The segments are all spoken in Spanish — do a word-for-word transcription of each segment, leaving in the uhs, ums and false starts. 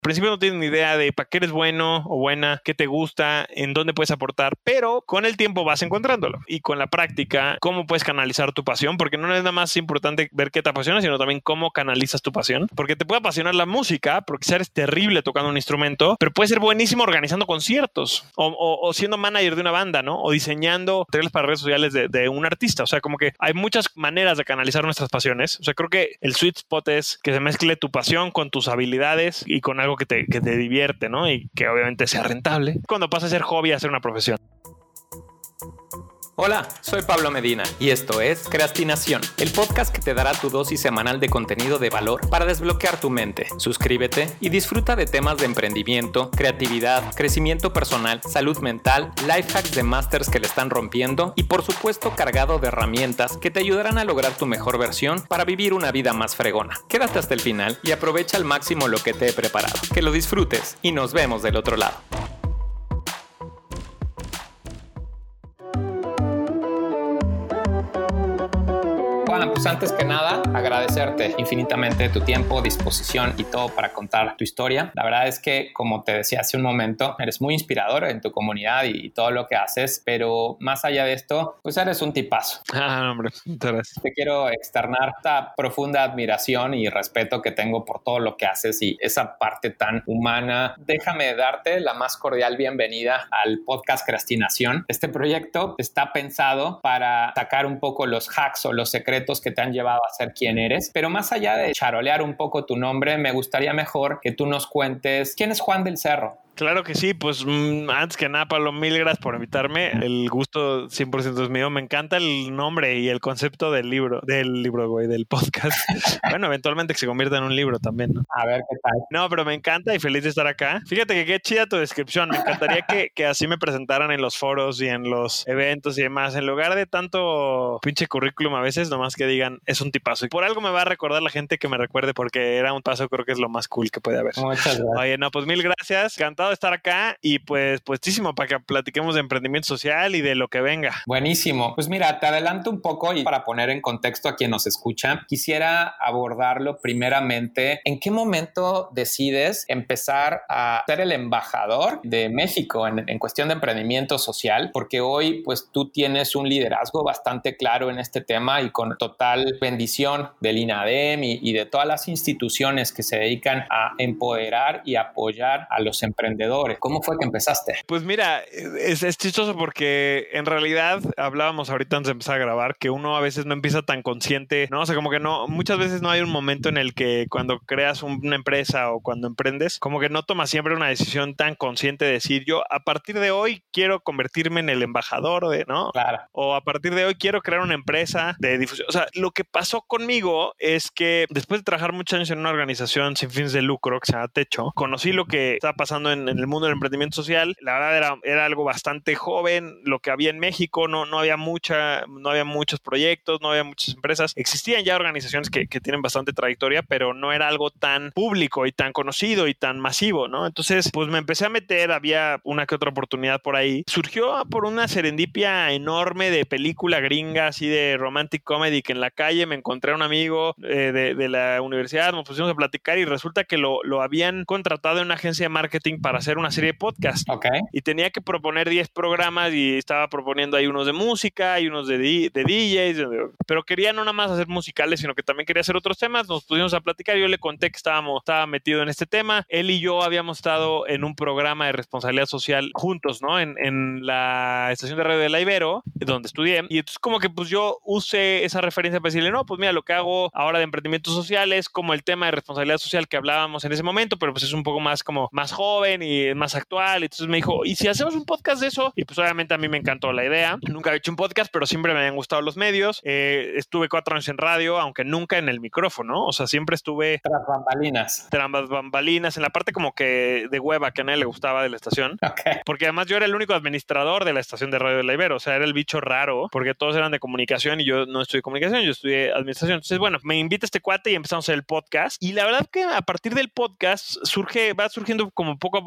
Al principio no tienes ni idea de para qué eres bueno o buena, qué te gusta, en dónde puedes aportar, pero con el tiempo vas encontrándolo. Y con la práctica, cómo puedes canalizar tu pasión, porque no es nada más importante ver qué te apasiona, sino también cómo canalizas tu pasión. Porque te puede apasionar la música, porque quizás eres terrible tocando un instrumento, pero puedes ser buenísimo organizando conciertos o, o, o siendo manager de una banda, ¿no? O diseñando materiales para redes sociales de, de un artista. O sea, como que hay muchas maneras de canalizar nuestras pasiones. O sea, creo que el sweet spot es que se mezcle tu pasión con tus habilidades y con algo que te, que te divierte, ¿no? Y que obviamente sea rentable cuando pasa a ser hobby a ser una profesión. Hola, soy Pablo Medina y esto es Creastinación, el podcast que te dará tu dosis semanal de contenido de valor para desbloquear tu mente. Suscríbete y disfruta de temas de emprendimiento, creatividad, crecimiento personal, salud mental, life hacks de masters que le están rompiendo y por supuesto cargado de herramientas que te ayudarán a lograr tu mejor versión para vivir una vida más fregona. Quédate hasta el final y aprovecha al máximo lo que te he preparado. Que lo disfrutes y nos vemos del otro lado. Bueno, pues antes que nada, agradecerte infinitamente tu tiempo, disposición y todo para contar tu historia. La verdad es que, como te decía hace un momento, eres muy inspirador en tu comunidad y, y todo lo que haces, pero más allá de esto, pues eres un tipazo. Ah, no, hombre, muchas gracias. Te quiero externar esta profunda admiración y respeto que tengo por todo lo que haces y esa parte tan humana. Déjame darte la más cordial bienvenida al podcast Creastinación. Este proyecto está pensado para sacar un poco los hacks o los secretos que te han llevado a ser quien eres, pero más allá de charolear un poco tu nombre, me gustaría mejor que tú nos cuentes quién es Juan del Cerro. Claro que sí, pues mmm, antes que nada, Pablo, mil gracias por invitarme. El gusto cien por ciento es mío. Me encanta el nombre y el concepto del libro, del libro, güey, del podcast. Bueno, eventualmente que se convierta en un libro también, ¿no? A ver qué tal. No, pero me encanta y feliz de estar acá. Fíjate que qué chida tu descripción. Me encantaría que, que así me presentaran en los foros y en los eventos y demás. En lugar de tanto pinche currículum a veces, nomás que digan, es un tipazo. Y por algo me va a recordar la gente que me recuerde porque era un paso, creo que es lo más cool que puede haber. Muchas gracias. Oye, no, pues mil gracias. Encantado de estar acá y pues puestísimo para que platiquemos de emprendimiento social y de lo que venga. Buenísimo. Pues mira, te adelanto un poco y para poner en contexto a quien nos escucha, quisiera abordarlo primeramente. ¿En qué momento decides empezar a ser el embajador de México en, en cuestión de emprendimiento social? Porque hoy pues tú tienes un liderazgo bastante claro en este tema y con total bendición del INADEM y, y de todas las instituciones que se dedican a empoderar y apoyar a los emprendedores. ¿Cómo fue que empezaste? Pues mira, es, es chistoso porque en realidad hablábamos ahorita antes de empezar a grabar que uno a veces no empieza tan consciente, ¿no? O sea, como que no, muchas veces no hay un momento en el que cuando creas un, una empresa o cuando emprendes, como que no tomas siempre una decisión tan consciente de decir yo a partir de hoy quiero convertirme en el embajador de, ¿no? Claro. O a partir de hoy quiero crear una empresa de difusión. O sea, lo que pasó conmigo es que después de trabajar muchos años en una organización sin fines de lucro que se llama Techo, conocí lo que estaba pasando en, en el mundo del emprendimiento social. La verdad era, era algo bastante joven, lo que había en México, no, no había mucha, no había muchos proyectos, no había muchas empresas. Existían ya organizaciones que, que tienen bastante trayectoria, pero no era algo tan público y tan conocido y tan masivo, ¿no? Entonces, pues me empecé a meter, había una que otra oportunidad por ahí. Surgió por una serendipia enorme de película gringa, así de romantic comedy, que en la calle me encontré a un amigo eh, de, de la universidad, nos pusimos a platicar y resulta que lo, lo habían contratado en una agencia de marketing para hacer una serie de podcast. Okay. Y tenía que proponer diez programas y estaba proponiendo ahí unos de música y unos de, de D Js, pero quería no nada más hacer musicales, sino que también quería hacer otros temas. Nos pusimos a platicar, yo le conté que estábamos, estaba metido en este tema. Él y yo habíamos estado en un programa de responsabilidad social juntos, ¿no? En, en la estación de radio de La Ibero, donde estudié. Y entonces como que pues yo usé esa referencia para decirle, no, pues mira, lo que hago ahora de emprendimiento social es como el tema de responsabilidad social que hablábamos en ese momento, pero pues es un poco más como más joven y más actual. Entonces me dijo, ¿y si hacemos un podcast de eso? Y pues obviamente a mí me encantó la idea. Nunca había hecho un podcast, pero siempre me habían gustado los medios. Eh, estuve cuatro años en radio, aunque nunca en el micrófono. O sea, siempre estuve... Tras bambalinas. Tras bambalinas, en la parte como que de hueva que a nadie le gustaba de la estación. Okay. Porque además yo era el único administrador de la estación de radio de La Ibero. O sea, era el bicho raro, porque todos eran de comunicación y yo no estudié comunicación, yo estudié administración. Entonces, bueno, me invita este cuate y empezamos a hacer el podcast. Y la verdad que a partir del podcast surge, va surgiendo como poco a poco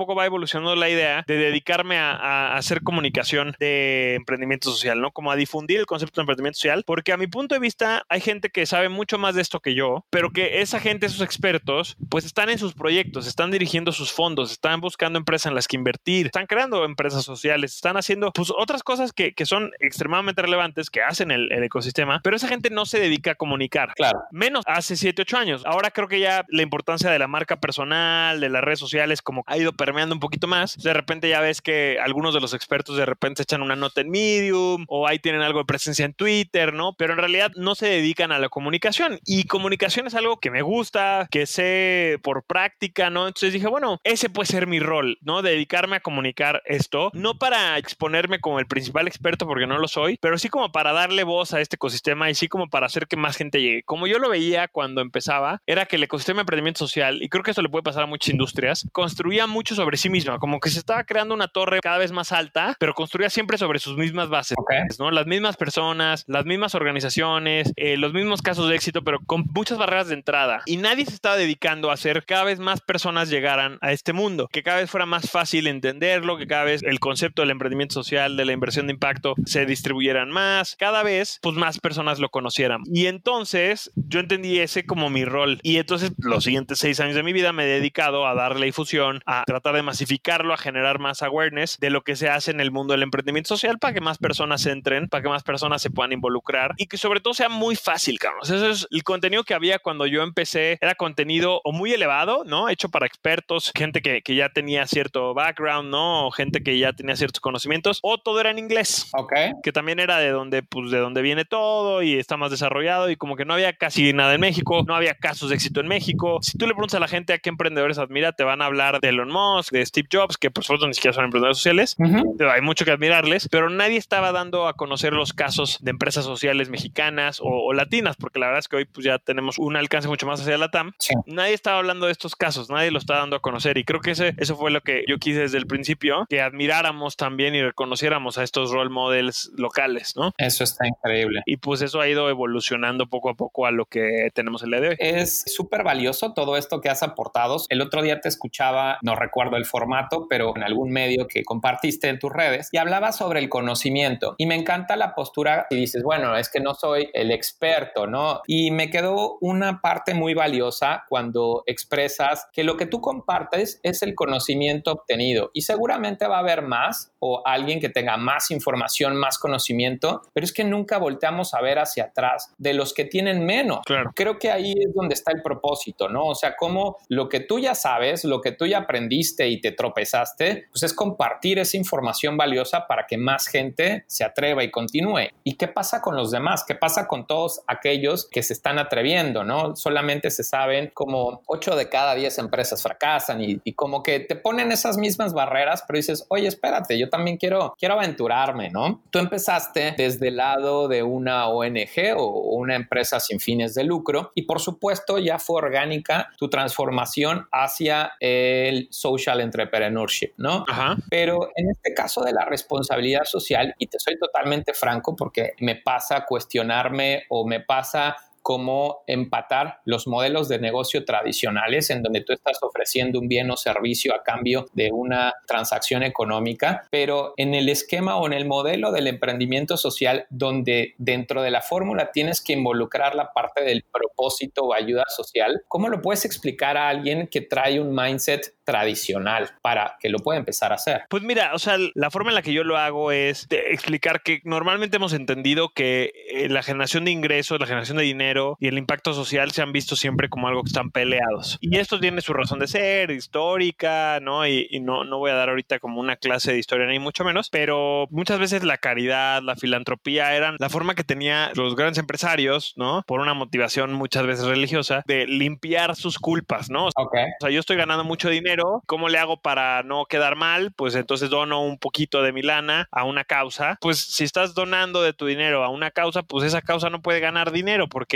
poco va evolucionando la idea de dedicarme a, a hacer comunicación de emprendimiento social, ¿no? Como a difundir el concepto de emprendimiento social, porque a mi punto de vista hay gente que sabe mucho más de esto que yo, pero que esa gente, esos expertos, pues están en sus proyectos, están dirigiendo sus fondos, están buscando empresas en las que invertir, están creando empresas sociales, están haciendo pues otras cosas que, que son extremadamente relevantes, que hacen el, el ecosistema, pero esa gente no se dedica a comunicar. Claro. Menos hace siete, ocho años. Ahora creo que ya la importancia de la marca personal, de las redes sociales, como ha ido permeando un poquito más. De repente ya ves que algunos de los expertos de repente echan una nota en Medium o ahí tienen algo de presencia en Twitter, ¿no? Pero en realidad no se dedican a la comunicación, y comunicación es algo que me gusta, que sé por práctica, ¿no? Entonces dije, bueno, ese puede ser mi rol, ¿no? Dedicarme a comunicar esto, no para exponerme como el principal experto porque no lo soy, pero sí como para darle voz a este ecosistema y sí como para hacer que más gente llegue. Como yo lo veía cuando empezaba, era que el ecosistema de emprendimiento social, y creo que esto le puede pasar a muchas industrias, construía mucho sobre sí misma, como que se estaba creando una torre cada vez más alta, pero construía siempre sobre sus mismas bases, okay. ¿no? Las mismas personas, las mismas organizaciones, eh, los mismos casos de éxito, pero con muchas barreras de entrada. Y nadie se estaba dedicando a hacer cada vez más personas llegaran a este mundo, que cada vez fuera más fácil entenderlo, que cada vez el concepto del emprendimiento social, de la inversión de impacto, se distribuyeran más, cada vez pues más personas lo conocieran. Y entonces yo entendí ese como mi rol, y entonces los siguientes seis años de mi vida me he dedicado a darle difusión, a tratar de masificarlo, a generar más awareness de lo que se hace en el mundo del emprendimiento social, para que más personas entren, para que más personas se puedan involucrar y que sobre todo sea muy fácil, cabrón. Eso es el contenido que había cuando yo empecé, era contenido o muy elevado, ¿no? Hecho para expertos, gente que, que ya tenía cierto background, ¿no? O gente que ya tenía ciertos conocimientos, o todo era en inglés. Ok. Que también era de donde, pues, de donde viene todo y está más desarrollado, y como que no había casi nada en México, no había casos de éxito en México. Si tú le preguntas a la gente a qué emprendedores admira, te van a hablar de Elon Musk, de Steve Jobs, que por supuesto ni siquiera son emprendedores sociales. Uh-huh. Hay mucho que admirarles, pero nadie estaba dando a conocer los casos de empresas sociales mexicanas o, o latinas, porque la verdad es que hoy pues ya tenemos un alcance mucho más hacia la T A M. Sí. Nadie estaba hablando de estos casos, nadie lo está dando a conocer, y creo que ese, eso fue lo que yo quise desde el principio, que admiráramos también y reconociéramos a estos role models locales, ¿no? Eso está increíble. Y pues eso ha ido evolucionando poco a poco a lo que tenemos el día de hoy. Es súper valioso todo esto que has aportado. El otro día te escuchaba, no recuerdo el formato, pero en algún medio que compartiste en tus redes, y hablabas sobre el conocimiento, y me encanta la postura y dices, bueno, es que no soy el experto, ¿no? Y me quedó una parte muy valiosa cuando expresas que lo que tú compartes es el conocimiento obtenido, y seguramente va a haber más o alguien que tenga más información, más conocimiento, pero es que nunca volteamos a ver hacia atrás de los que tienen menos. Claro. Creo que ahí es donde está el propósito, ¿no? O sea, como lo que tú ya sabes, lo que tú ya aprendiste y te tropezaste, pues es compartir esa información valiosa para que más gente se atreva y continúe. ¿Y qué pasa con los demás? ¿Qué pasa con todos aquellos que se están atreviendo, ¿no? Solamente se saben como ocho de cada diez empresas fracasan, y, y como que te ponen esas mismas barreras, pero dices, oye, espérate, yo también quiero, quiero aventurarme, ¿no? Tú empezaste desde el lado de una O N G o una empresa sin fines de lucro, y por supuesto ya fue orgánica tu transformación hacia el social entrepreneurship, ¿no? Ajá. Pero en este caso de la responsabilidad social, y te soy totalmente franco porque me pasa cuestionarme o me pasa cómo empatar los modelos de negocio tradicionales en donde tú estás ofreciendo un bien o servicio a cambio de una transacción económica, pero en el esquema o en el modelo del emprendimiento social, donde dentro de la fórmula tienes que involucrar la parte del propósito o ayuda social, ¿cómo lo puedes explicar a alguien que trae un mindset tradicional para que lo pueda empezar a hacer? Pues mira, o sea, la forma en la que yo lo hago es explicar que normalmente hemos entendido que la generación de ingresos, la generación de dinero y el impacto social se han visto siempre como algo que están peleados. Y esto tiene su razón de ser, histórica, ¿no? Y, y no, no voy a dar ahorita como una clase de historia ni mucho menos, pero muchas veces la caridad, la filantropía eran la forma que tenía los grandes empresarios, ¿no? Por una motivación muchas veces religiosa, de limpiar sus culpas, ¿no? Okay. O sea, yo estoy ganando mucho dinero, ¿cómo le hago para no quedar mal? Pues entonces dono un poquito de mi lana a una causa. Pues si estás donando de tu dinero a una causa, pues esa causa no puede ganar dinero porque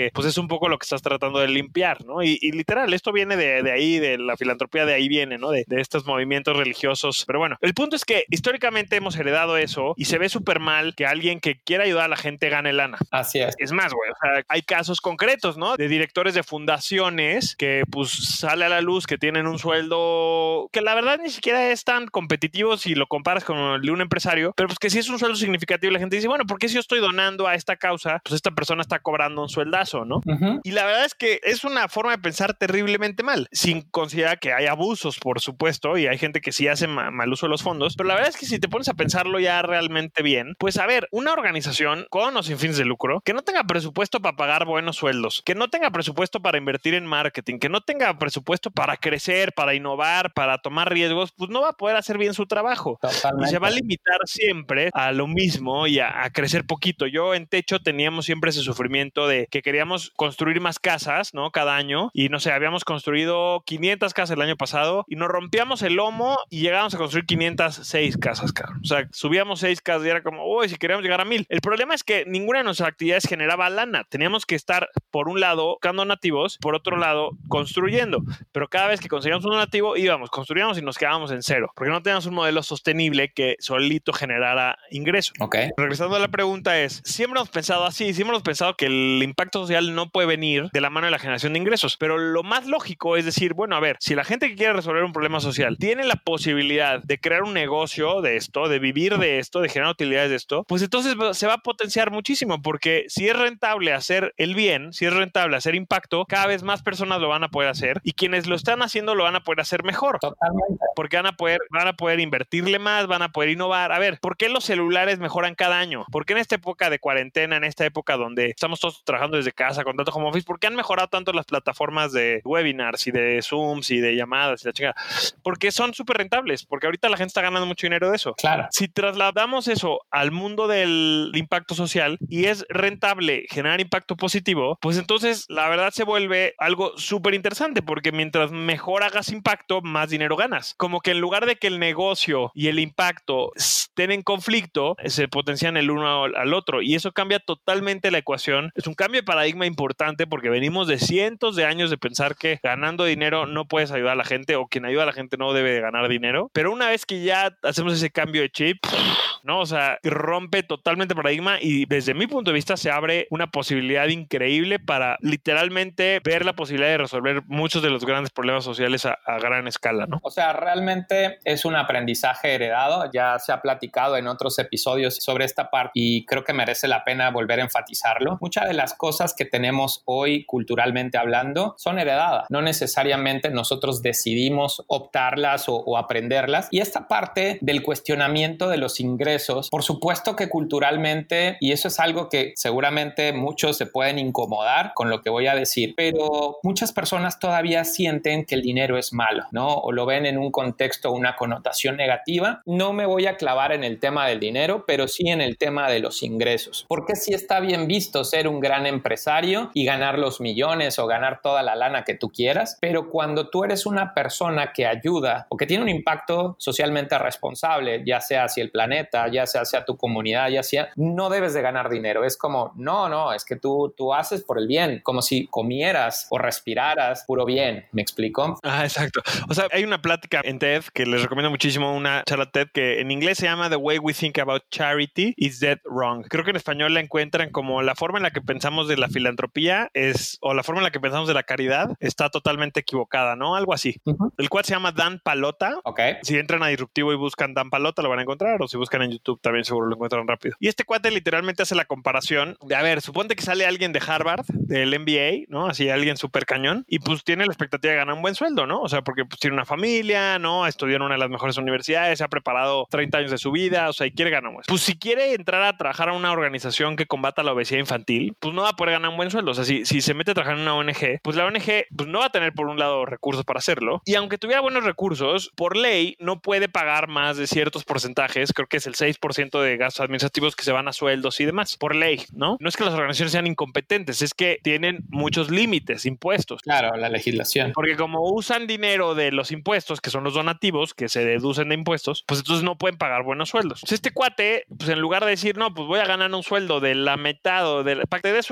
porque pues es un poco lo que estás tratando de limpiar, ¿no? Y, y literal, esto viene de, de ahí, de la filantropía de ahí viene, ¿no? De, de estos movimientos religiosos. Pero bueno, el punto es que históricamente hemos heredado eso y se ve súper mal que alguien que quiera ayudar a la gente gane lana. Así es. Es más, güey, o sea, hay casos concretos, ¿no? De directores de fundaciones que pues sale a la luz que tienen un sueldo que la verdad ni siquiera es tan competitivo si lo comparas con el de un empresario, pero pues que sí es un sueldo significativo. La gente dice, bueno, ¿por qué si yo estoy donando a esta causa? Pues esta persona está cobrando un sueldazo, ¿no? Uh-huh. Y la verdad es que es una forma de pensar terriblemente mal, sin considerar que hay abusos, por supuesto, y hay gente que sí hace ma- mal uso de los fondos, pero la verdad es que si te pones a pensarlo ya realmente bien, pues a ver, una organización con o sin fines de lucro, que no tenga presupuesto para pagar buenos sueldos, que no tenga presupuesto para invertir en marketing, que no tenga presupuesto para crecer, para innovar, para tomar riesgos, pues no va a poder hacer bien su trabajo. Totalmente. Y se va a limitar siempre a lo mismo y a, a crecer poquito. Yo en Techo teníamos siempre ese sufrimiento de que queríamos construir más casas, ¿no? Cada año, y no sé, habíamos construido quinientas casas el año pasado y nos rompíamos el lomo y llegábamos a construir quinientas seis casas, cabrón. O sea, subíamos seis casas y era como, uy, si queríamos llegar a mil. El problema es que ninguna de nuestras actividades generaba lana. Teníamos que estar, por un lado, buscando nativos, por otro lado, construyendo. Pero cada vez que conseguíamos un nativo, íbamos, construíamos y nos quedábamos en cero, porque no teníamos un modelo sostenible que solito generara ingreso. Okay. Regresando a la pregunta es, siempre hemos pensado así, siempre hemos pensado que el impacto social no puede venir de la mano de la generación de ingresos, pero lo más lógico es decir, bueno, a ver, si la gente que quiere resolver un problema social tiene la posibilidad de crear un negocio de esto, de vivir de esto, de generar utilidades de esto, pues entonces se va a potenciar muchísimo, porque si es rentable hacer el bien, si es rentable hacer impacto, cada vez más personas lo van a poder hacer y quienes lo están haciendo lo van a poder hacer mejor. Totalmente. Porque van a poder, van a poder invertirle más, van a poder innovar. A ver, ¿por qué los celulares mejoran cada año? ¿Por qué en esta época de cuarentena, en esta época donde estamos todos trabajando desde casa con tanto home office, por qué han mejorado tanto las plataformas de webinars y de Zooms y de llamadas y la chingada? Porque son súper rentables, porque ahorita la gente está ganando mucho dinero de eso. Claro. Si trasladamos eso al mundo del impacto social y es rentable generar impacto positivo, pues entonces la verdad se vuelve algo súper interesante, porque mientras mejor hagas impacto, más dinero ganas. Como que en lugar de que el negocio y el impacto estén en conflicto, se potencian el uno al otro, y eso cambia totalmente la ecuación. Es un cambio de paradigma importante, porque venimos de cientos de años de pensar que ganando dinero no puedes ayudar a la gente, o quien ayuda a la gente no debe de ganar dinero. Pero una vez que ya hacemos ese cambio de chip, ¿no? O sea, rompe totalmente el paradigma, y desde mi punto de vista se abre una posibilidad increíble para literalmente ver la posibilidad de resolver muchos de los grandes problemas sociales a, a gran escala, ¿no? O sea, realmente es un aprendizaje heredado. Ya se ha platicado en otros episodios sobre esta parte y creo que merece la pena volver a enfatizarlo. Muchas de las cosas que tenemos hoy culturalmente hablando son heredadas. No necesariamente nosotros decidimos optarlas o, o aprenderlas. Y esta parte del cuestionamiento de los ingresos, por supuesto que culturalmente, y eso es algo que seguramente muchos se pueden incomodar con lo que voy a decir, pero muchas personas todavía sienten que el dinero es malo, ¿no? O lo ven en un contexto, una connotación negativa. No me voy a clavar en el tema del dinero, pero sí en el tema de los ingresos. Porque sí está bien visto ser un gran empresario y ganar los millones o ganar toda la lana que tú quieras, pero cuando tú eres una persona que ayuda o que tiene un impacto socialmente responsable, ya sea hacia el planeta, ya sea hacia tu comunidad, ya sea, no debes de ganar dinero. Es como, no, no, es que tú, tú haces por el bien, como si comieras o respiraras puro bien. ¿Me explico? Ah, exacto. O sea, hay una plática en TED que les recomiendo muchísimo, una charla TED que en inglés se llama The Way We Think About Charity is Dead Wrong. Creo que en español la encuentran como la forma en la que pensamos de la filantropía es, o la forma en la que pensamos de la caridad está totalmente equivocada, ¿no? Algo así. Uh-huh. El cual se llama Dan Pallotta. Okay. Si entran a Disruptivo y buscan Dan Pallotta lo van a encontrar, o si buscan en YouTube también seguro lo encuentran rápido. Y este cuate literalmente hace la comparación de, a ver, suponte que sale alguien de Harvard, del M B A, ¿no? Así alguien súper cañón, y pues tiene la expectativa de ganar un buen sueldo, ¿no? O sea, porque pues tiene una familia, ¿no? Estudió en una de las mejores universidades, se ha preparado treinta años de su vida, o sea, y quiere ganar un buen sueldo. Pues si quiere entrar a trabajar a una organización que combata la obesidad infantil, pues no va a poder ganar un buen sueldo. O sea, si, si se mete a trabajar en una O N G, pues la O N G pues no va a tener por un lado recursos para hacerlo, y aunque tuviera buenos recursos, por ley no puede pagar más de ciertos porcentajes, creo que es el seis por ciento de gastos administrativos que se van a sueldos y demás, por ley, ¿no? No es que las organizaciones sean incompetentes, es que tienen muchos límites, impuestos. Claro, la legislación. Porque como usan dinero de los impuestos, que son los donativos, que se deducen de impuestos, pues entonces no pueden pagar buenos sueldos. Pues este cuate, pues en lugar de decir, no, pues voy a ganar un sueldo de la mitad o de la... Para que te des una idea,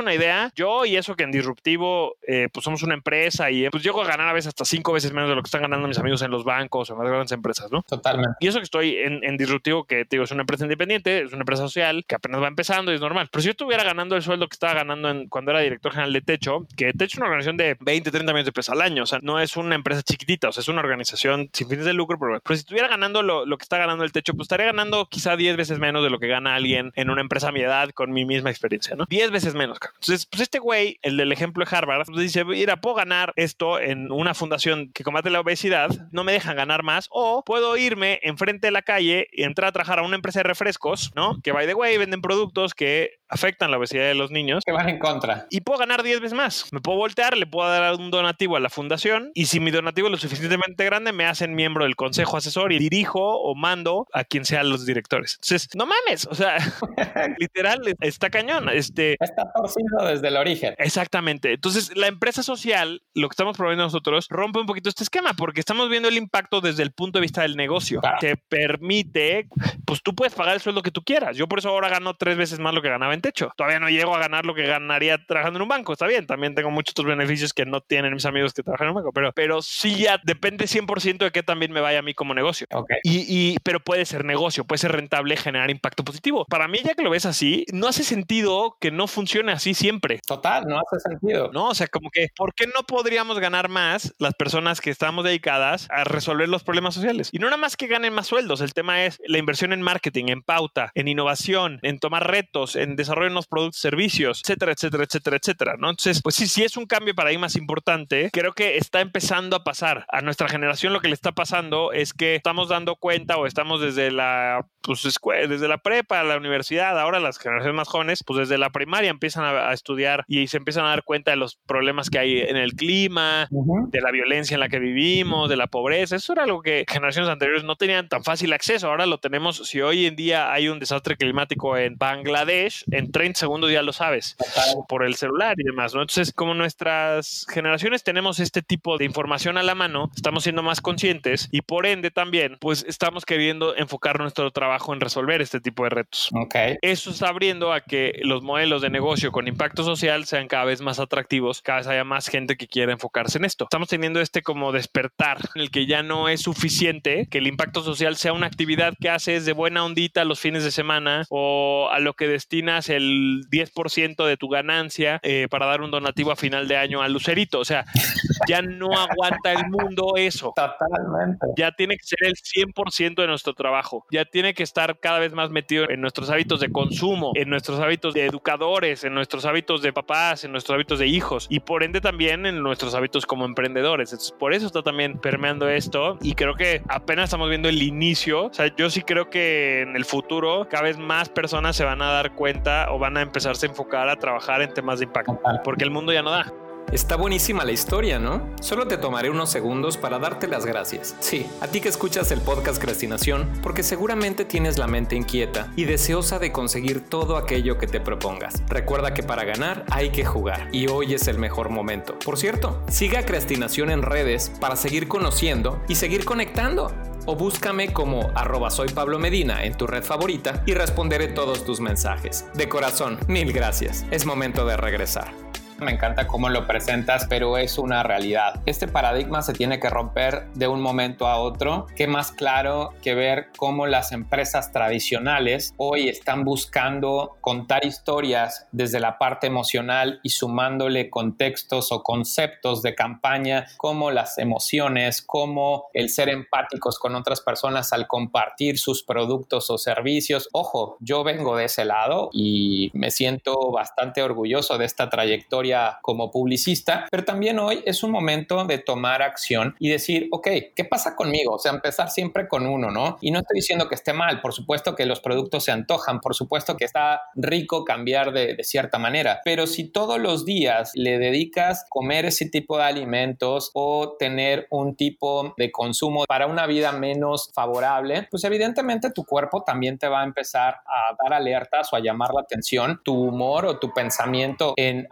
nada. Yo y eso que en Disruptivo, eh, pues somos una empresa y pues llego a ganar a veces hasta cinco veces menos de lo que están ganando mis amigos en los bancos o en las grandes empresas, ¿no? Totalmente. Y eso que estoy en, en Disruptivo, que te digo, es una empresa independiente, es una empresa social que apenas va empezando y es normal. Pero si yo estuviera ganando el sueldo que estaba ganando en, cuando era director general de Techo, que Techo es una organización de veinte, treinta millones de pesos al año, o sea, no es una empresa chiquitita, o sea, es una organización sin fines de lucro, pero, pero si estuviera ganando lo, lo que está ganando el Techo, pues estaría ganando quizá diez veces menos de lo que gana alguien en una empresa a mi edad con mi misma experiencia, ¿no? diez veces menos, cabrón. Entonces, pues este güey, el del ejemplo de Harvard, pues dice, mira, puedo ganar esto en una fundación que combate la obesidad, no me dejan ganar más, o puedo irme enfrente de la calle y entrar a trabajar a una empresa de refrescos, ¿no? Que, by the way, venden productos que afectan la obesidad de los niños. Que van en contra. Y puedo ganar diez veces más. Me puedo voltear, le puedo dar un donativo a la fundación y si mi donativo es lo suficientemente grande, me hacen miembro del consejo asesor y dirijo o mando a quien sean los directores. Entonces, no mames, o sea, literal, está cañón. Este, está torcido desde el origen. Exactamente. Entonces, la empresa social, lo que estamos promoviendo nosotros, rompe un poquito este esquema porque estamos viendo el impacto desde el punto de vista del negocio. Claro. Te permite, pues tú puedes pagar el sueldo que tú quieras. Yo por eso ahora gano tres veces más lo que ganaba en Techo. Todavía no llego a ganar lo que ganaría trabajando en un banco. Está bien, también tengo muchos otros beneficios que no tienen mis amigos que trabajan en un banco, pero, pero sí ya depende cien por ciento de que también me vaya a mí como negocio. Okay. Y, y, pero puede ser negocio, puede ser rentable, generar impacto positivo. Para mí, ya que lo ves así, no hace sentido que no funcione así siempre. Total, no hace sentido. No, o sea, como que, ¿por qué no podríamos ganar más las personas que estamos dedicadas a resolver los problemas sociales? Y no nada más que ganen más sueldos, el tema es la inversión en marketing, en pauta, en innovación, en tomar retos, en desarrollar unos productos, servicios, etcétera, etcétera, etcétera, etcétera, ¿no? Entonces, pues sí, sí es un cambio de paradigmas importante. Creo que está empezando a pasar. A nuestra generación lo que le está pasando es que estamos dando cuenta o estamos desde la, pues, escuela, desde la prepa, la universidad, ahora las generaciones más jóvenes, pues desde la primaria empiezan a, a estudiar y se empiezan a dar cuenta de los problemas que hay en el clima, uh-huh. de la violencia en la que vivimos, de la pobreza. Eso era algo que generaciones anteriores no tenían tan fácil acceso. Ahora lo tenemos. Si hoy en día hay un desastre climático en Bangladesh, en treinta segundos ya lo sabes, uh-huh. por el celular y demás, ¿no? Entonces, como nuestras generaciones tenemos este tipo de información a la mano, estamos siendo más conscientes y por ende también, pues estamos queriendo enfocar nuestro trabajo en resolver este tipo de retos. Okay. Eso está abriendo a que los modelos de negocio con impacto social sean cada vez más atractivos, cada vez haya más gente que quiera enfocarse en esto. Estamos teniendo este como despertar en el que ya no es suficiente que el impacto social sea una actividad que haces de buena ondita los fines de semana o a lo que destinas el diez por ciento de tu ganancia eh, para dar un donativo a final de año al Lucerito. O sea, ya no aguanta el mundo eso. Totalmente. Ya tiene que ser el cien por ciento de nuestro trabajo. Ya tiene que estar cada vez más metido en nuestros hábitos de consumo, en nuestros hábitos de educadores, en nuestros hábitos de papás, en nuestros hábitos de hijos y por ende también en nuestros hábitos como emprendedores. Entonces, por eso está también permeando esto y creo que apenas estamos viendo el inicio. O sea, yo sí creo que en el futuro cada vez más personas se van a dar cuenta o van a empezarse a enfocar a trabajar en temas de impacto porque el mundo ya no da. Está buenísima la historia, ¿no? Solo te tomaré unos segundos para darte las gracias. Sí, a ti que escuchas el podcast Crestinación, porque seguramente tienes la mente inquieta y deseosa de conseguir todo aquello que te propongas. Recuerda que para ganar hay que jugar y hoy es el mejor momento. Por cierto, siga a Crestinación en redes para seguir conociendo y seguir conectando. O búscame como arroba soy Pablo Medina en tu red favorita y responderé todos tus mensajes. De corazón, mil gracias. Es momento de regresar. Me encanta cómo lo presentas, pero es una realidad. Este paradigma se tiene que romper de un momento a otro. Qué más claro que ver cómo las empresas tradicionales hoy están buscando contar historias desde la parte emocional y sumándole contextos o conceptos de campaña como las emociones, como el ser empáticos con otras personas al compartir sus productos o servicios. Ojo, yo vengo de ese lado y me siento bastante orgulloso de esta trayectoria como publicista, pero también hoy es un momento de tomar acción y decir, ok, ¿qué pasa conmigo? O sea, empezar siempre con uno, ¿no? Y no estoy diciendo que esté mal, por supuesto que los productos se antojan, por supuesto que está rico cambiar de, de cierta manera, pero si todos los días le dedicas a comer ese tipo de alimentos o tener un tipo de consumo para una vida menos favorable, pues evidentemente tu cuerpo también te va a empezar a dar alertas o a llamar la atención, tu humor o tu pensamiento en hacer una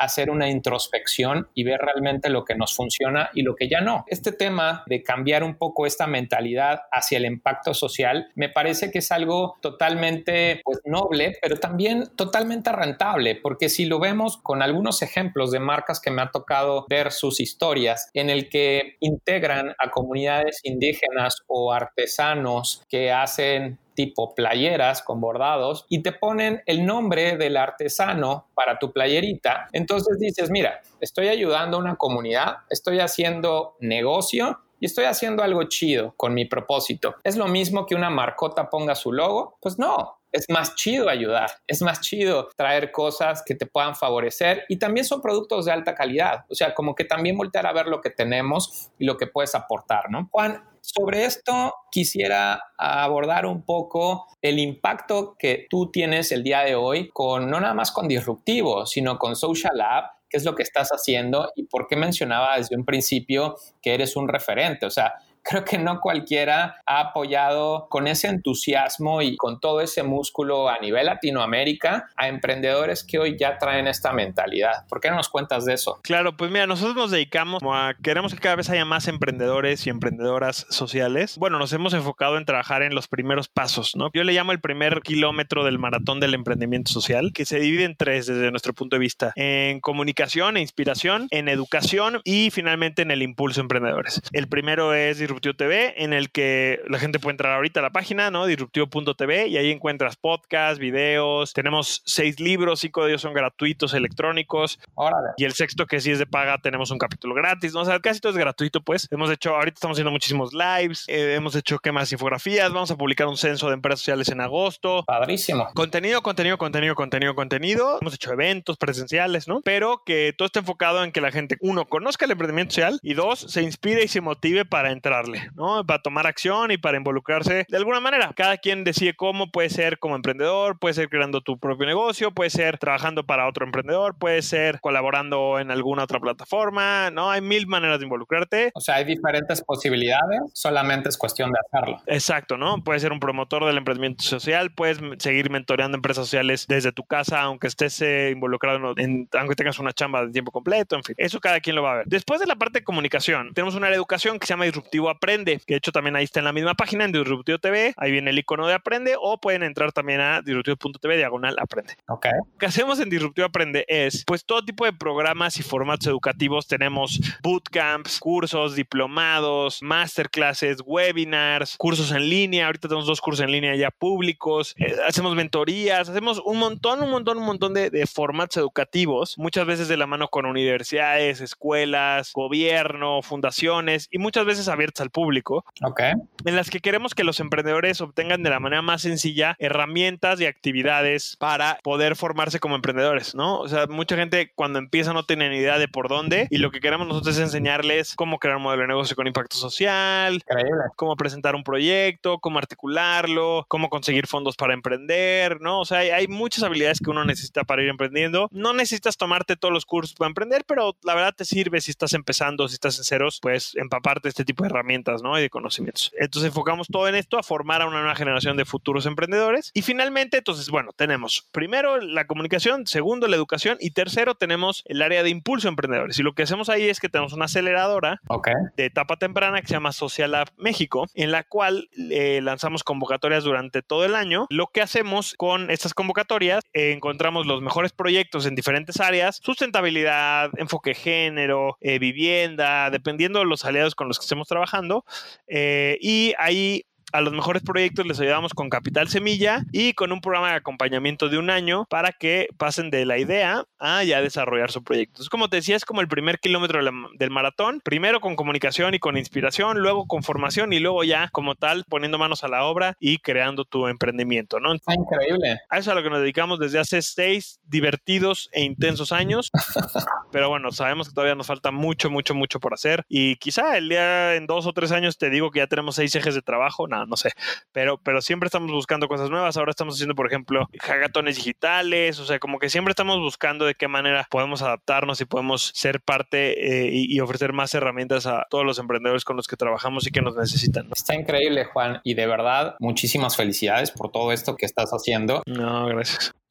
una introspección y ver realmente lo que nos funciona y lo que ya no. Este tema de cambiar un poco esta mentalidad hacia el impacto social me parece que es algo totalmente pues, noble, pero también totalmente rentable, porque si lo vemos con algunos ejemplos de marcas que me ha tocado ver sus historias en el que integran a comunidades indígenas o artesanos que hacen tipo playeras con bordados y te ponen el nombre del artesano para tu playerita. Entonces dices, mira, estoy ayudando a una comunidad, estoy haciendo negocio y estoy haciendo algo chido con mi propósito. ¿Es lo mismo que una marcota ponga su logo? Pues no. Es más chido ayudar, es más chido traer cosas que te puedan favorecer y también son productos de alta calidad. O sea, como que también voltear a ver lo que tenemos y lo que puedes aportar, ¿no? Juan, sobre esto quisiera abordar un poco el impacto que tú tienes el día de hoy con, no nada más con Disruptivo, sino con Social Lab. ¿Qué es lo que estás haciendo y por qué mencionaba desde un principio que eres un referente? O sea, creo que no cualquiera ha apoyado con ese entusiasmo y con todo ese músculo a nivel Latinoamérica a emprendedores que hoy ya traen esta mentalidad. ¿Por qué no nos cuentas de eso? Claro, pues mira, nosotros nos dedicamos a, queremos que cada vez haya más emprendedores y emprendedoras sociales. Bueno, nos hemos enfocado en trabajar en los primeros pasos, ¿no? Yo le llamo el primer kilómetro del maratón del emprendimiento social, que se divide en tres desde nuestro punto de vista: en comunicación e inspiración, en educación y finalmente en el impulso a emprendedores. El primero es Disruptivo T V, en el que la gente puede entrar ahorita a la página, ¿no? disruptivo punto t v, y ahí encuentras podcasts, videos. Tenemos seis libros, cinco de ellos son gratuitos, electrónicos. Órale. Y el sexto, que sí es de paga, tenemos un capítulo gratis, ¿no? O sea, casi todo es gratuito, pues. Hemos hecho, ahorita estamos haciendo muchísimos lives, eh, hemos hecho ¿qué más? Infografías, vamos a publicar un censo de empresas sociales en agosto. Padrísimo. Contenido, contenido, contenido, contenido, contenido. Hemos hecho eventos presenciales, ¿no? Pero que todo está enfocado en que la gente, uno, conozca el emprendimiento social y dos, se inspire y se motive para entrar, ¿no? Para tomar acción y para involucrarse de alguna manera. Cada quien decide cómo, puede ser como emprendedor, puede ser creando tu propio negocio, puede ser trabajando para otro emprendedor, puede ser colaborando en alguna otra plataforma, ¿no? Hay mil maneras de involucrarte. O sea, hay diferentes posibilidades, solamente es cuestión de hacerlo. Exacto, ¿no? Puedes ser un promotor del emprendimiento social, puedes seguir mentoreando empresas sociales desde tu casa, aunque estés eh, involucrado en, en, aunque tengas una chamba de tiempo completo, en fin. Eso cada quien lo va a ver. Después de la parte de comunicación, tenemos una área de educación que se llama Disruptivo Aprende, que de hecho también ahí está en la misma página, en Disruptivo T V, ahí viene el icono de Aprende, o pueden entrar también a disruptivo punto t v diagonal Aprende. Ok. Lo que hacemos en Disruptivo Aprende es, pues, todo tipo de programas y formatos educativos. Tenemos bootcamps, cursos, diplomados, masterclasses, webinars, cursos en línea. Ahorita tenemos dos cursos en línea ya públicos. Eh, hacemos mentorías, hacemos un montón, un montón, un montón de, de formatos educativos, muchas veces de la mano con universidades, escuelas, gobierno, fundaciones y muchas veces abiertas al público, okay, en las que queremos que los emprendedores obtengan de la manera más sencilla herramientas y actividades para poder formarse como emprendedores, ¿no? O sea, mucha gente cuando empieza no tiene ni idea de por dónde, y lo que queremos nosotros es enseñarles cómo crear un modelo de negocio con impacto social, increíble, cómo presentar un proyecto, cómo articularlo, cómo conseguir fondos para emprender, ¿no? O sea, hay, hay muchas habilidades que uno necesita para ir emprendiendo. No necesitas tomarte todos los cursos para emprender, pero la verdad te sirve si estás empezando, si estás en ceros, pues empaparte de este tipo de herramientas, ¿no? Y de conocimientos. Entonces enfocamos todo en esto, a formar a una nueva generación de futuros emprendedores. Y finalmente, entonces, bueno, tenemos primero la comunicación, segundo la educación y tercero tenemos el área de impulso a emprendedores. Y lo que hacemos ahí es que tenemos una aceleradora okay, de etapa temprana que se llama Social Lab México, en la cual eh, lanzamos convocatorias durante todo el año. Lo que hacemos con estas convocatorias, eh, encontramos los mejores proyectos en diferentes áreas: sustentabilidad, enfoque de género, eh, vivienda, dependiendo de los aliados con los que estemos trabajando, eh, y ahí a los mejores proyectos les ayudamos con capital semilla y con un programa de acompañamiento de un año para que pasen de la idea a ya desarrollar su proyecto. Entonces, como te decía, es como el primer kilómetro de la, del maratón. Primero con comunicación y con inspiración, luego con formación y luego ya como tal poniendo manos a la obra y creando tu emprendimiento, ¿no? Está increíble. A eso es a lo que nos dedicamos desde hace seis divertidos e intensos años. Pero bueno, sabemos que todavía nos falta mucho, mucho, mucho por hacer, y quizá el día en dos o tres años te digo que ya tenemos seis ejes de trabajo. Nada, no sé, pero, pero siempre estamos buscando cosas nuevas. Ahora estamos haciendo, por ejemplo, hackatones digitales, o sea, como que siempre estamos buscando de qué manera podemos adaptarnos y podemos ser parte eh, y, y ofrecer más herramientas a todos los emprendedores con los que trabajamos y que nos necesitan, ¿no? Está increíble, Juan, y de verdad, muchísimas felicidades por todo esto que estás haciendo. No, gracias.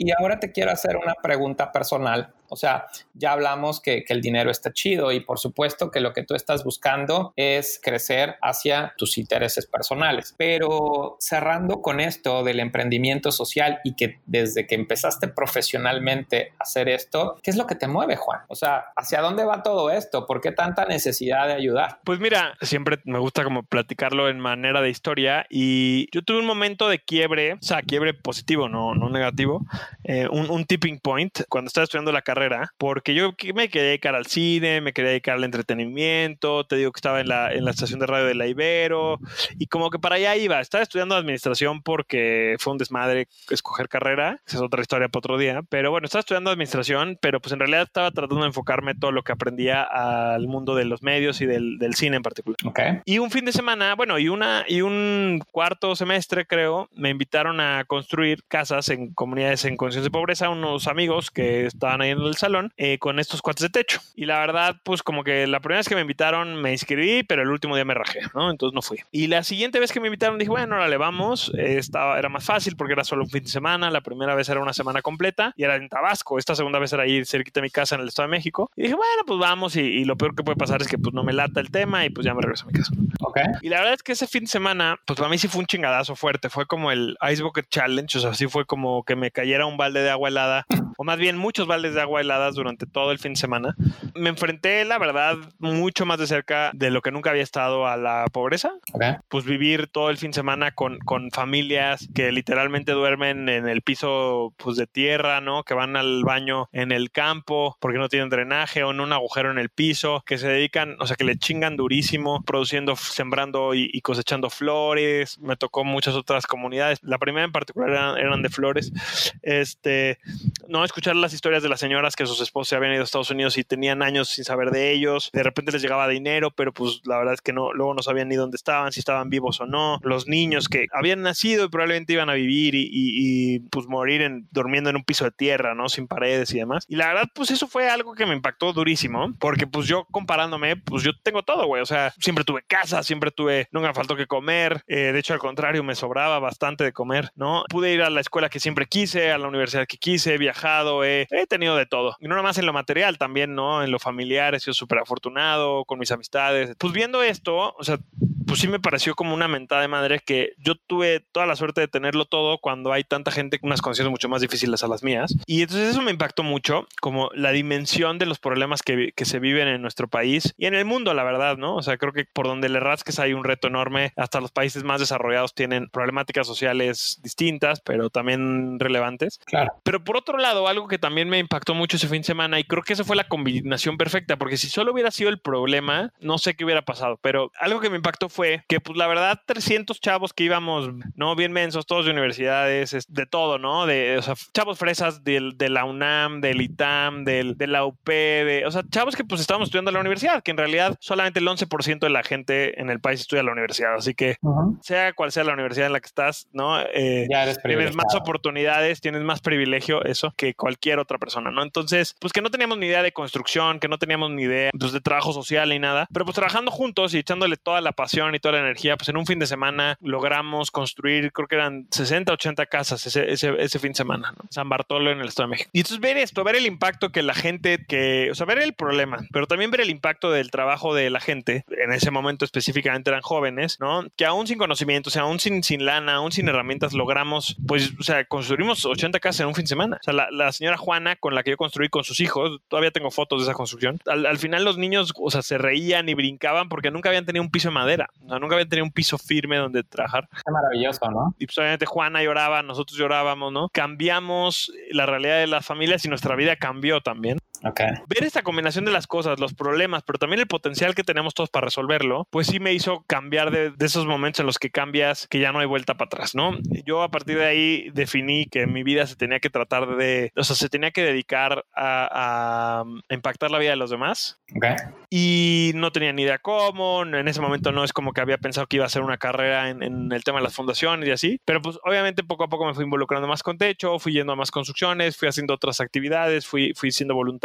Y ahora te quiero hacer una pregunta personal. O sea, ya hablamos que, que el dinero está chido y por supuesto que lo que tú estás buscando es crecer hacia tus intereses personales. Pero cerrando con esto del emprendimiento social y que desde que empezaste profesionalmente a hacer esto, ¿qué es lo que te mueve, Juan? O sea, ¿hacia dónde va todo esto? ¿Por qué tanta necesidad de ayudar? Pues mira, siempre me gusta como platicarlo en manera de historia y yo tuve un momento de quiebre, o sea, quiebre positivo, no, no negativo, eh, un, un tipping point cuando estaba estudiando la carrera, porque yo me quería dedicar al cine, me quería dedicar al entretenimiento, te digo que estaba en la, en la estación de radio de la Ibero y como que para allá iba. Estaba estudiando administración porque fue un desmadre escoger carrera, esa es otra historia para otro día, pero bueno, estaba estudiando administración, pero pues en realidad estaba tratando de enfocarme todo lo que aprendía al mundo de los medios y del, del cine en particular. Okay. Y un fin de semana, bueno, y, una, y un cuarto semestre creo, me invitaron a construir casas en comunidades en condiciones de pobreza, unos amigos que estaban ahí en el salón eh, con estos cuates de techo. Y la verdad, pues como que la primera vez que me invitaron me inscribí, pero el último día me rajé, ¿no? Entonces no fui. Y la siguiente vez que me invitaron dije, bueno, órale, vamos. Eh, estaba, era más fácil porque era solo un fin de semana. La primera vez era una semana completa y era en Tabasco. Esta segunda vez era ahí cerquita de mi casa en el Estado de México. Y dije, bueno, pues vamos. Y, y lo peor que puede pasar es que pues no me lata el tema y pues ya me regreso a mi casa. Okay. Y la verdad es que ese fin de semana, pues para mí sí fue un chingadazo fuerte. Fue como el Ice Bucket Challenge. O sea, sí fue como que me cayera un balde de agua helada, o más bien muchos baldes de agua heladas durante todo el fin de semana. Me enfrenté, la verdad, mucho más de cerca de lo que nunca había estado a la pobreza. Okay. Pues vivir todo el fin de semana con, con familias que literalmente duermen en el piso pues, de tierra, ¿no? Que van al baño en el campo porque no tienen drenaje o en un agujero en el piso, que se dedican, o sea, que le chingan durísimo, produciendo, sembrando y, y cosechando flores. Me tocó muchas otras comunidades. La primera en particular eran, eran de flores. Este, no, escuchar las historias de las señoras que sus esposos se habían ido a Estados Unidos y tenían años sin saber de ellos. De repente les llegaba dinero, pero pues la verdad es que no, luego no sabían ni dónde estaban, si estaban vivos o no. Los niños que habían nacido y probablemente iban a vivir y, y, y pues morir en, durmiendo en un piso de tierra, ¿no? Sin paredes y demás. Y la verdad, pues eso fue algo que me impactó durísimo, porque pues yo comparándome, pues yo tengo todo, güey. O sea, siempre tuve casa, siempre tuve, nunca me faltó que comer. Eh, de hecho, al contrario, me sobraba bastante de comer, ¿no? Pude ir a la escuela que siempre quise, a la universidad que quise, he viajado, he, he tenido de todo. Y no nada más en lo material, también, ¿no? En lo familiar he sido súper afortunado con mis amistades. Pues viendo esto, o sea, pues sí me pareció como una mentada de madre que yo tuve toda la suerte de tenerlo todo cuando hay tanta gente con unas condiciones mucho más difíciles a las mías. Y entonces eso me impactó mucho, como la dimensión de los problemas que, que se viven en nuestro país y en el mundo, la verdad, ¿no? O sea, creo que por donde le rasques hay un reto enorme. Hasta los países más desarrollados tienen problemáticas sociales distintas, pero también relevantes. Claro. Pero por otro lado, algo que también me impactó mucho ese fin de semana, y creo que esa fue la combinación perfecta, porque si solo hubiera sido el problema, no sé qué hubiera pasado, pero algo que me impactó fue que, pues la verdad, trescientos chavos que íbamos, ¿no? Bien mensos, todos de universidades, de todo, ¿no? De, o sea, chavos fresas del, de la UNAM, del ITAM, del, de la U P, de, o sea, chavos que pues estábamos estudiando en la universidad, que en realidad solamente el once por ciento de la gente en el país estudia en la universidad, así que uh-huh. sea cual sea la universidad en la que estás, ¿no? Eh, ya eres tienes más oportunidades, tienes más privilegio, eso, que cualquier otra persona, ¿no? Entonces, pues que no teníamos ni idea de construcción, que no teníamos ni idea pues, de trabajo social ni nada, pero pues trabajando juntos y echándole toda la pasión y toda la energía, pues en un fin de semana logramos construir, creo que eran sesenta, ochenta casas ese, ese, ese fin de semana, ¿no? San Bartolo en el Estado de México. Y entonces ver esto, ver el impacto que la gente, que, o sea, ver el problema, pero también ver el impacto del trabajo de la gente, en ese momento específicamente eran jóvenes, ¿no? Que aún sin conocimiento, o sea, aún sin, sin lana, aún sin herramientas, logramos, pues, o sea, construimos ochenta casas en un fin de semana. O sea, la, la señora Juana, con la que yo construí con sus hijos, todavía tengo fotos de esa construcción. Al, al final los niños, o sea, se reían y brincaban porque nunca habían tenido un piso de madera, o sea, nunca habían tenido un piso firme donde trabajar. Qué maravilloso, ¿no? Y pues obviamente Juana lloraba, nosotros llorábamos, ¿no? Cambiamos la realidad de las familias y nuestra vida cambió también. Okay. Ver esta combinación de las cosas, los problemas, pero también el potencial que tenemos todos para resolverlo, pues sí me hizo cambiar de, de esos momentos en los que cambias, que ya no hay vuelta para atrás, ¿no? Yo a partir de ahí definí que mi vida se tenía que tratar de, o sea, se tenía que dedicar a, a impactar la vida de los demás. Okay. Y no tenía ni idea cómo, en ese momento no es como que había pensado que iba a hacer una carrera en, en el tema de las fundaciones y así, pero pues obviamente poco a poco me fui involucrando más con techo, fui yendo a más construcciones, fui haciendo otras actividades, fui, fui siendo voluntario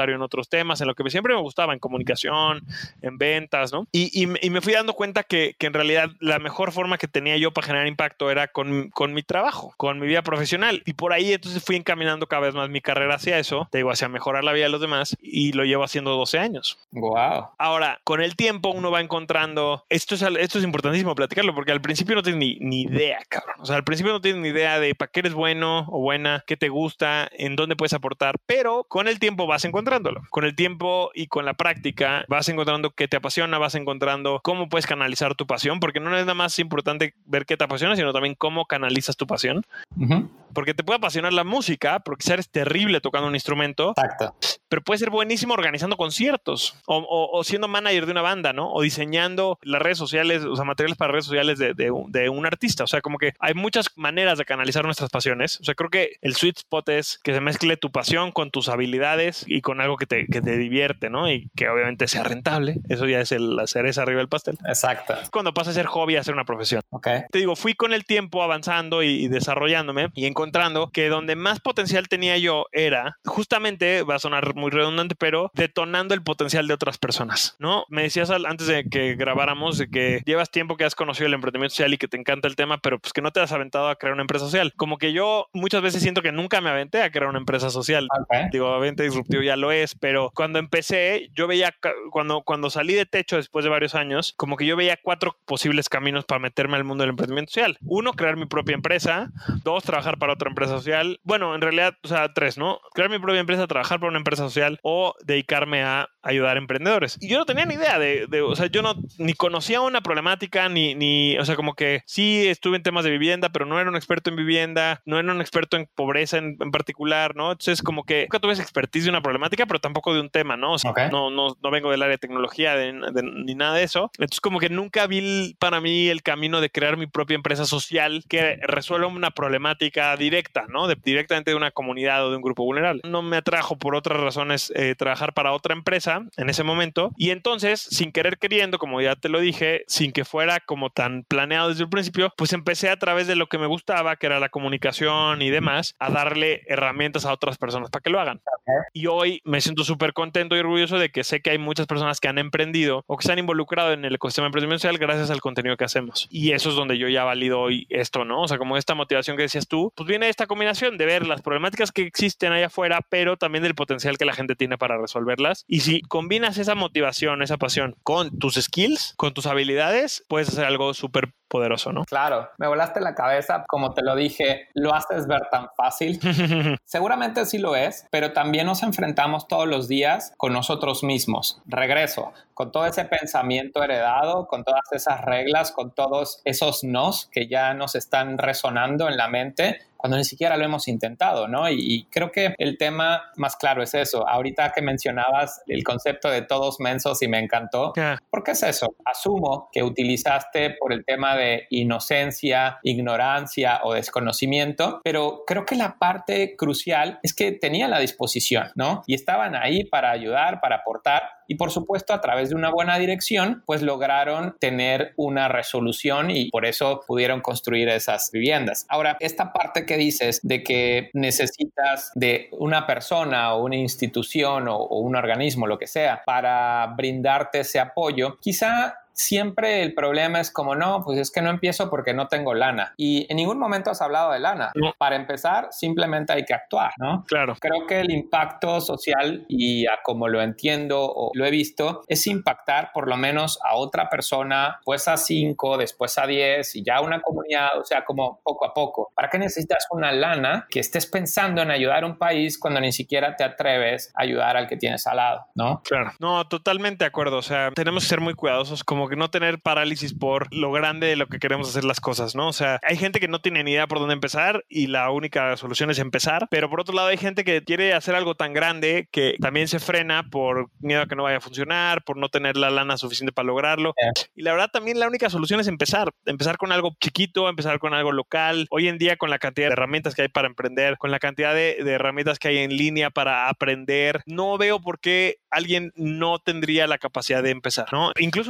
usuario en otros temas, en lo que siempre me gustaba, en comunicación, en ventas, ¿no? Y, y, y me fui dando cuenta que, que en realidad la mejor forma que tenía yo para generar impacto era con, con mi trabajo, con mi vida profesional. Y por ahí entonces fui encaminando cada vez más mi carrera hacia eso, te digo, hacia mejorar la vida de los demás, y lo llevo haciendo doce años. Wow. Ahora, con el tiempo uno va encontrando, esto es, esto es importantísimo platicarlo, porque al principio no tienes ni, ni idea, cabrón. O sea, al principio no tienes ni idea de para qué eres bueno o buena, qué te gusta, en dónde puedes aportar, pero con el tiempo vas encontrándolo. Con el tiempo y con la práctica vas encontrando qué te apasiona, vas encontrando cómo puedes canalizar tu pasión, porque no es nada más importante ver qué te apasiona, sino también cómo canalizas tu pasión. Uh-huh. Porque te puede apasionar la música, porque quizás eres terrible tocando un instrumento. Exacto. Pero puedes ser buenísimo organizando conciertos o, o, o siendo manager de una banda, ¿no? O diseñando las redes sociales, o sea, materiales para redes sociales de, de, de un artista. O sea, como que hay muchas maneras de canalizar nuestras pasiones. O sea, creo que el sweet spot es que se mezcle tu pasión con tus habilidades y con algo que te, que te divierte, ¿no? Y que obviamente sea rentable. Eso ya es el, la cereza arriba del pastel. Exacto. Cuando pasa a ser hobby a ser una profesión. Okay. Te digo, fui con el tiempo avanzando y, y desarrollándome y encontrando que donde más potencial tenía yo era justamente, va a sonar muy redundante, pero detonando el potencial de otras personas, ¿no? Me decías antes de que grabáramos de que llevas tiempo que has conocido el emprendimiento social y que te encanta el tema, pero pues que no te has aventado a crear una empresa social. Como que yo muchas veces siento que nunca me aventé a crear una empresa social. Okay. Digo, Vente Disruptivo ya lo es, pero cuando empecé, yo veía, cuando, cuando salí de Techo después de varios años, como que yo veía cuatro posibles caminos para meterme al mundo del emprendimiento social. Uno, crear mi propia empresa. Dos, trabajar para otra empresa social. Bueno, en realidad, o sea, tres, ¿no? Crear mi propia empresa, trabajar para una empresa social o dedicarme a ayudar a emprendedores. Y yo no tenía ni idea de, de o sea, yo no ni conocía una problemática, ni, ni, o sea, como que sí estuve en temas de vivienda, pero no era un experto en vivienda, no era un experto en pobreza en, en particular, ¿no? Entonces, como que nunca tuve esa expertise de una problemática, pero tampoco de un tema, ¿no? O sea, okay. no, no, no vengo del área de tecnología de, de, ni nada de eso. Entonces, como que nunca vi para mí el camino de crear mi propia empresa social que resuelva una problemática directa, ¿no? De, directamente de una comunidad o de un grupo vulnerable. No me atrajo por otras razones eh, trabajar para otra empresa en ese momento, y entonces, sin querer queriendo, como ya te lo dije, sin que fuera como tan planeado desde el principio, pues empecé a través de lo que me gustaba, que era la comunicación y demás, a darle herramientas a otras personas para que lo hagan. Okay. Y hoy me siento súper contento y orgulloso de que sé que hay muchas personas que han emprendido o que se han involucrado en el ecosistema de emprendimiento social gracias al contenido que hacemos. Y eso es donde yo ya valido hoy esto, ¿no? O sea, como esta motivación que decías tú, pues viene esta combinación de ver las problemáticas que existen allá afuera, pero también del potencial que la gente tiene para resolverlas. Y si combinas esa motivación, esa pasión con tus skills, con tus habilidades, puedes hacer algo súper poderoso, ¿no? Claro, me volaste la cabeza, como te lo dije, lo haces ver tan fácil. Seguramente sí lo es, pero también nos enfrentamos todos los días con nosotros mismos. Regreso, con todo ese pensamiento heredado, con todas esas reglas, con todos esos nos que ya nos están resonando en la mente, cuando ni siquiera lo hemos intentado, ¿no? Y, y creo que el tema más claro es eso. Ahorita que mencionabas el concepto de todos mensos y me encantó, yeah. ¿Por qué es eso? Asumo que utilizaste por el tema de inocencia, ignorancia o desconocimiento, pero creo que la parte crucial es que tenían la disposición, ¿no? Y estaban ahí para ayudar, para aportar. Y por supuesto, a través de una buena dirección, pues lograron tener una resolución y por eso pudieron construir esas viviendas. Ahora, esta parte que dices de que necesitas de una persona o una institución o, o un organismo, lo que sea, para brindarte ese apoyo, quizá siempre el problema es como, no, pues es que no empiezo porque no tengo lana. Y en ningún momento has hablado de lana. No. Para empezar, simplemente hay que actuar, ¿no? Claro. Creo que el impacto social, y a como lo entiendo o lo he visto, es impactar por lo menos a otra persona, pues a cinco, después a diez y ya una comunidad, o sea, como poco a poco. ¿Para qué necesitas una lana que estés pensando en ayudar a un país cuando ni siquiera te atreves a ayudar al que tienes al lado, ¿no? Claro. No, totalmente de acuerdo. O sea, tenemos que ser muy cuidadosos, como que no tener parálisis por lo grande de lo que queremos hacer las cosas, ¿no? O sea, hay gente que no tiene ni idea por dónde empezar y la única solución es empezar, pero por otro lado hay gente que quiere hacer algo tan grande que también se frena por miedo a que no vaya a funcionar, por no tener la lana suficiente para lograrlo. Yeah. Y la verdad también la única solución es empezar, empezar con algo chiquito, empezar con algo local. Hoy en día con la cantidad de herramientas que hay para emprender, con la cantidad de, de herramientas que hay en línea para aprender, no veo por qué alguien no tendría la capacidad de empezar, ¿no? Incluso en la crisis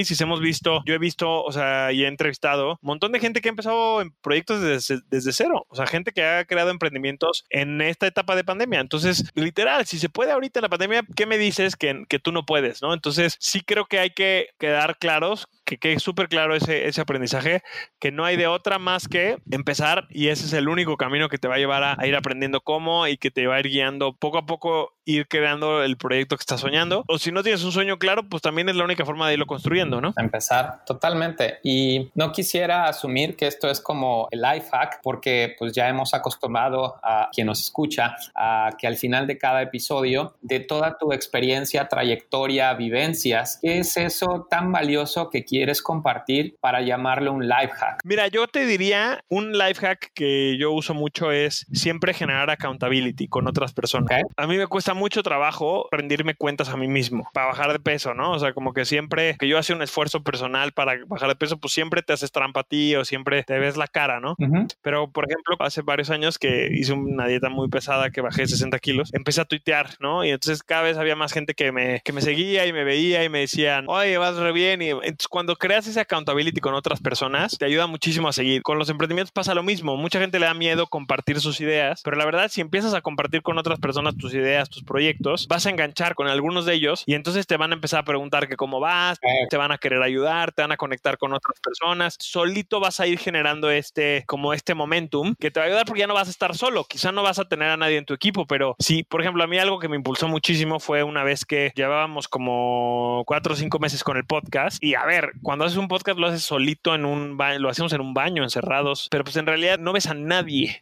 análisis hemos visto, yo he visto, o sea, y he entrevistado un montón de gente que ha empezado en proyectos desde, desde cero. O sea, gente que ha creado emprendimientos en esta etapa de pandemia. Entonces, literal, si se puede ahorita en la pandemia, ¿qué me dices que, que tú no puedes, no? Entonces, sí creo que hay que quedar claros, que quede súper claro ese, ese aprendizaje, que no hay de otra más que empezar, y ese es el único camino que te va a llevar a, a ir aprendiendo cómo y que te va a ir guiando poco a poco, ir creando el proyecto que estás soñando. O si no tienes un sueño claro, pues también es la única forma de irlo construyendo, ¿no? Empezar, totalmente. Y no quisiera asumir que esto es como el life hack, porque pues ya hemos acostumbrado a quien nos escucha a que al final de cada episodio, de toda tu experiencia, trayectoria, vivencias, ¿qué es eso tan valioso que quieres compartir para llamarlo un life hack? Mira, yo te diría, un life hack que yo uso mucho es siempre generar accountability con otras personas. Okay. A mí me cuesta mucho trabajo rendirme cuentas a mí mismo para bajar de peso, ¿no? O sea, como que siempre que yo hacía un esfuerzo personal para bajar de peso, pues siempre te haces trampa a ti o siempre te ves la cara, ¿no? Uh-huh. Pero, por ejemplo, hace varios años que hice una dieta muy pesada, que bajé sesenta kilos, empecé a tuitear, ¿no? Y entonces cada vez había más gente que me, que me seguía y me veía y me decían, oye, vas re bien. Y entonces cuando creas ese accountability con otras personas, te ayuda muchísimo a seguir. Con los emprendimientos pasa lo mismo. Mucha gente le da miedo compartir sus ideas, pero la verdad, si empiezas a compartir con otras personas tus ideas, tus proyectos, vas a enganchar con algunos de ellos y entonces te van a empezar a preguntar que cómo vas, te van a querer ayudar, te van a conectar con otras personas. Solito vas a ir generando este, como este momentum que te va a ayudar porque ya no vas a estar solo. Quizá no vas a tener a nadie en tu equipo, pero sí, por ejemplo, a mí algo que me impulsó muchísimo fue una vez que llevábamos como cuatro o cinco meses con el podcast y a ver, cuando haces un podcast lo haces solito en un baño, lo hacemos en un baño encerrados, pero pues en realidad no ves a nadie.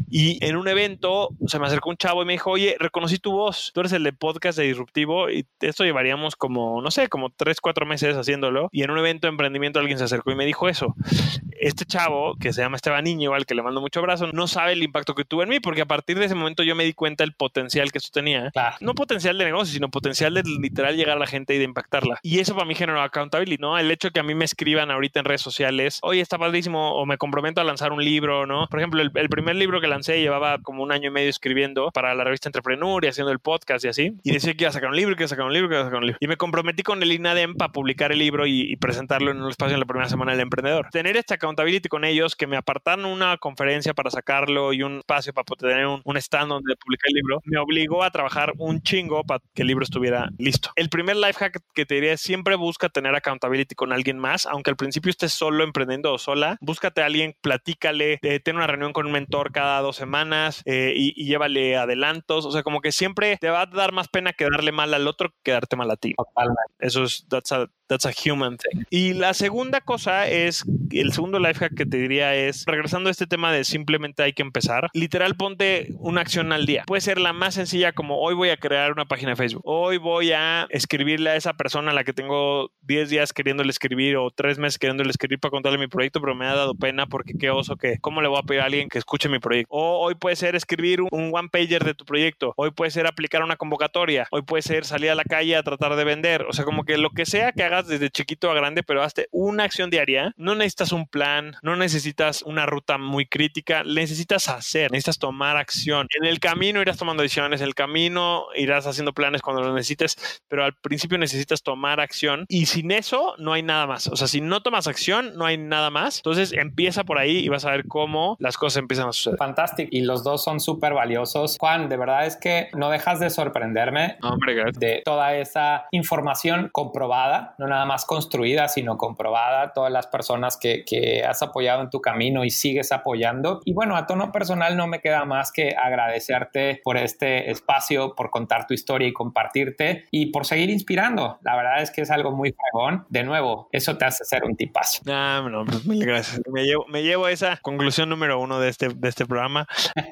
Y en un evento se me acercó un chavo y me dijo, oye, reconocí tu voz, tú eres el de podcast de Disruptivo, y esto llevaríamos como, no sé, como tres, cuatro meses haciéndolo, y en un evento de emprendimiento alguien se acercó y me dijo eso. Este chavo, que se llama Esteban Niño, al que le mando mucho abrazo, no sabe el impacto que tuve en mí, porque a partir de ese momento yo me di cuenta del potencial que esto tenía. Claro. No potencial de negocio, sino potencial de literal llegar a la gente y de impactarla. Y eso para mí generó accountability, ¿no? El hecho de que a mí me escriban ahorita en redes sociales, oye, está padrísimo, o me comprometo a lanzar un libro, ¿no? Por ejemplo, el, el primer libro que lancé llevaba como un año y medio escribiendo para la revista Entrepreneur y haciendo el podcast y así. Y decía que iba a sacar un libro, que iba a sacar un libro, que iba a sacar un libro. Y me comprometí con el INADEM para publicar el libro y, y presentarlo en un espacio en la primera semana del emprendedor. Tener esta accountability con ellos, que me apartaron una conferencia para sacarlo y un espacio para poder tener un, un stand donde publicar el libro, me obligó a trabajar un chingo para que el libro estuviera listo. El primer life hack que te diría es siempre busca tener accountability con alguien más, aunque al principio estés solo emprendiendo o sola, búscate a alguien, platícale, eh, ten una reunión con un mentor cada dos semanas eh, y, y llévale adelantos, o sea, como que siempre te va a dar más pena que darle mal al otro que darte mal a ti. Totalmente. Eso es, that's a, that's a human thing. Y la segunda cosa es, el segundo life hack que te diría es, regresando a este tema de simplemente hay que empezar, literal ponte una acción al día. Puede ser la más sencilla como hoy voy a crear una página de Facebook, hoy voy a escribirle a esa persona a la que tengo diez días queriéndole escribir o tres meses queriéndole escribir para contarle mi proyecto, pero me ha dado pena porque qué oso que, ¿cómo le voy a pedir a alguien que escuche mi proyecto? O hoy puede ser escribir un, un one pager de tu proyecto, hoy puede ser aplicar una convocatoria, hoy puede ser salir a la calle a tratar de vender, o sea, como que lo que sea que hagas desde chiquito a grande, pero hazte una acción diaria. No necesitas un plan, no necesitas una ruta muy crítica, necesitas hacer, necesitas tomar acción. En el camino irás tomando decisiones, en el camino irás haciendo planes cuando lo necesites, pero al principio necesitas tomar acción y sin eso no hay nada más. O sea, si no tomas acción, no hay nada más. Entonces empieza por ahí y vas a ver cómo las cosas empiezan a suceder. Fantástico. Y los dos son súper valiosos. Juan, de verdad es que no dejas de sorprenderme. Hombre, gracias. De toda esa información comprobada, no nada más construida, sino comprobada. Todas las personas que, que has apoyado en tu camino y sigues apoyando. Y bueno, a tono personal no me queda más que agradecerte por este espacio, por contar tu historia y compartirte y por seguir inspirando. La verdad es que es algo muy fregón. De nuevo, eso te hace ser un tipazo. Ah, no, pues mil gracias. Me llevo, me llevo esa conclusión número uno de este, de este programa.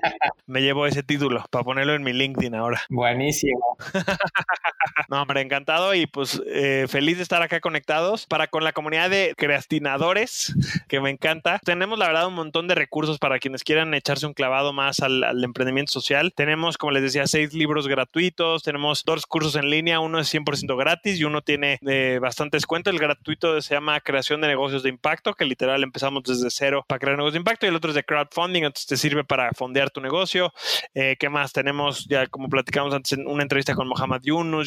Me llevo ese título para ponerlo en mi LinkedIn ahora. Buenísimo. No, hombre, encantado y pues eh, feliz de estar acá conectados para con la comunidad de creatinadores, que me encanta. Tenemos la verdad un montón de recursos para quienes quieran echarse un clavado más al, al emprendimiento social. Tenemos, como les decía, seis libros gratuitos, tenemos dos cursos en línea, uno es cien por ciento gratis y uno tiene eh, bastante descuento. El gratuito se llama Creación de Negocios de Impacto, que literal empezamos desde cero para crear negocios de impacto, y el otro es de crowdfunding, entonces te sirve para fondear tu negocio. Eh, ¿Qué más? Tenemos, ya como platicamos antes, una entrevista con Mohamed Yunus y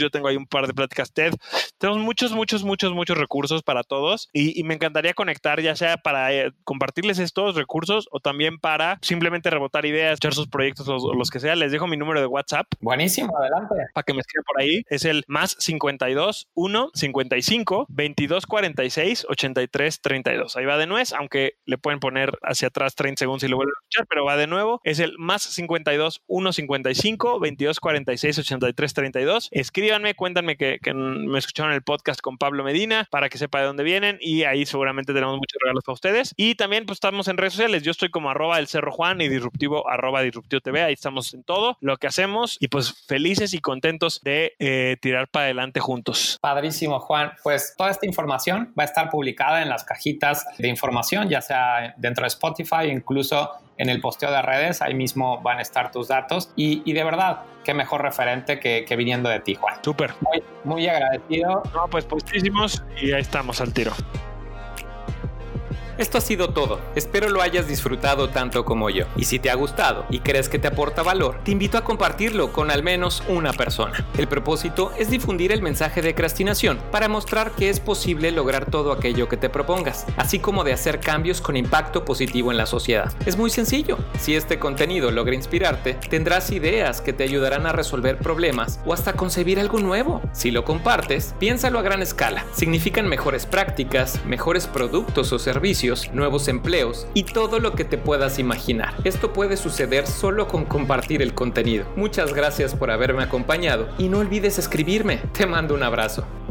yo tengo ahí un par de pláticas TED. Tenemos muchos, muchos, muchos, muchos recursos para todos y, y me encantaría conectar, ya sea para eh, compartirles estos recursos o también para simplemente rebotar ideas, echar sus proyectos o los, los que sea. Les dejo mi número de WhatsApp. Buenísimo, adelante. Para que me escriban por ahí. Es el más cincuenta y dos, uno, cincuenta y cinco, veintidós, cuarenta y seis, ochenta y tres, treinta y dos. Ahí va de nuez, aunque le pueden poner hacia atrás treinta segundos si lo vuelven a escuchar, pero va de nuevo. Es el más cincuenta y dos, uno, cincuenta y cinco, veintidós, cuarenta y seis, ochenta y tres, treinta y dos. Escríbanme, cuéntanme que, que me escucharon en el podcast con Pablo Medina para que sepa de dónde vienen y ahí seguramente tenemos muchos regalos para ustedes. Y también pues estamos en redes sociales. Yo estoy como arroba el Cerro Juan y disruptivo arroba disruptivo T V. Ahí estamos en todo lo que hacemos y pues felices y contentos de eh, tirar para adelante juntos. Padrísimo, Juan. Pues toda esta información va a estar publicada en las cajitas de información, ya sea dentro de Spotify, incluso en el posteo de redes, ahí mismo van a estar tus datos y, y de verdad, qué mejor referente que, que viniendo de ti, Juan. Súper. Muy, muy agradecido. No, pues postísimos y ahí estamos al tiro. Esto ha sido todo. Espero lo hayas disfrutado tanto como yo. Y si te ha gustado y crees que te aporta valor, te invito a compartirlo con al menos una persona. El propósito es difundir el mensaje de Crastinación para mostrar que es posible lograr todo aquello que te propongas, así como de hacer cambios con impacto positivo en la sociedad. Es muy sencillo. Si este contenido logra inspirarte, tendrás ideas que te ayudarán a resolver problemas o hasta concebir algo nuevo. Si lo compartes, piénsalo a gran escala. Significan mejores prácticas, mejores productos o servicios, nuevos empleos y todo lo que te puedas imaginar. Esto puede suceder solo con compartir el contenido. Muchas gracias por haberme acompañado y no olvides escribirme. Te mando un abrazo.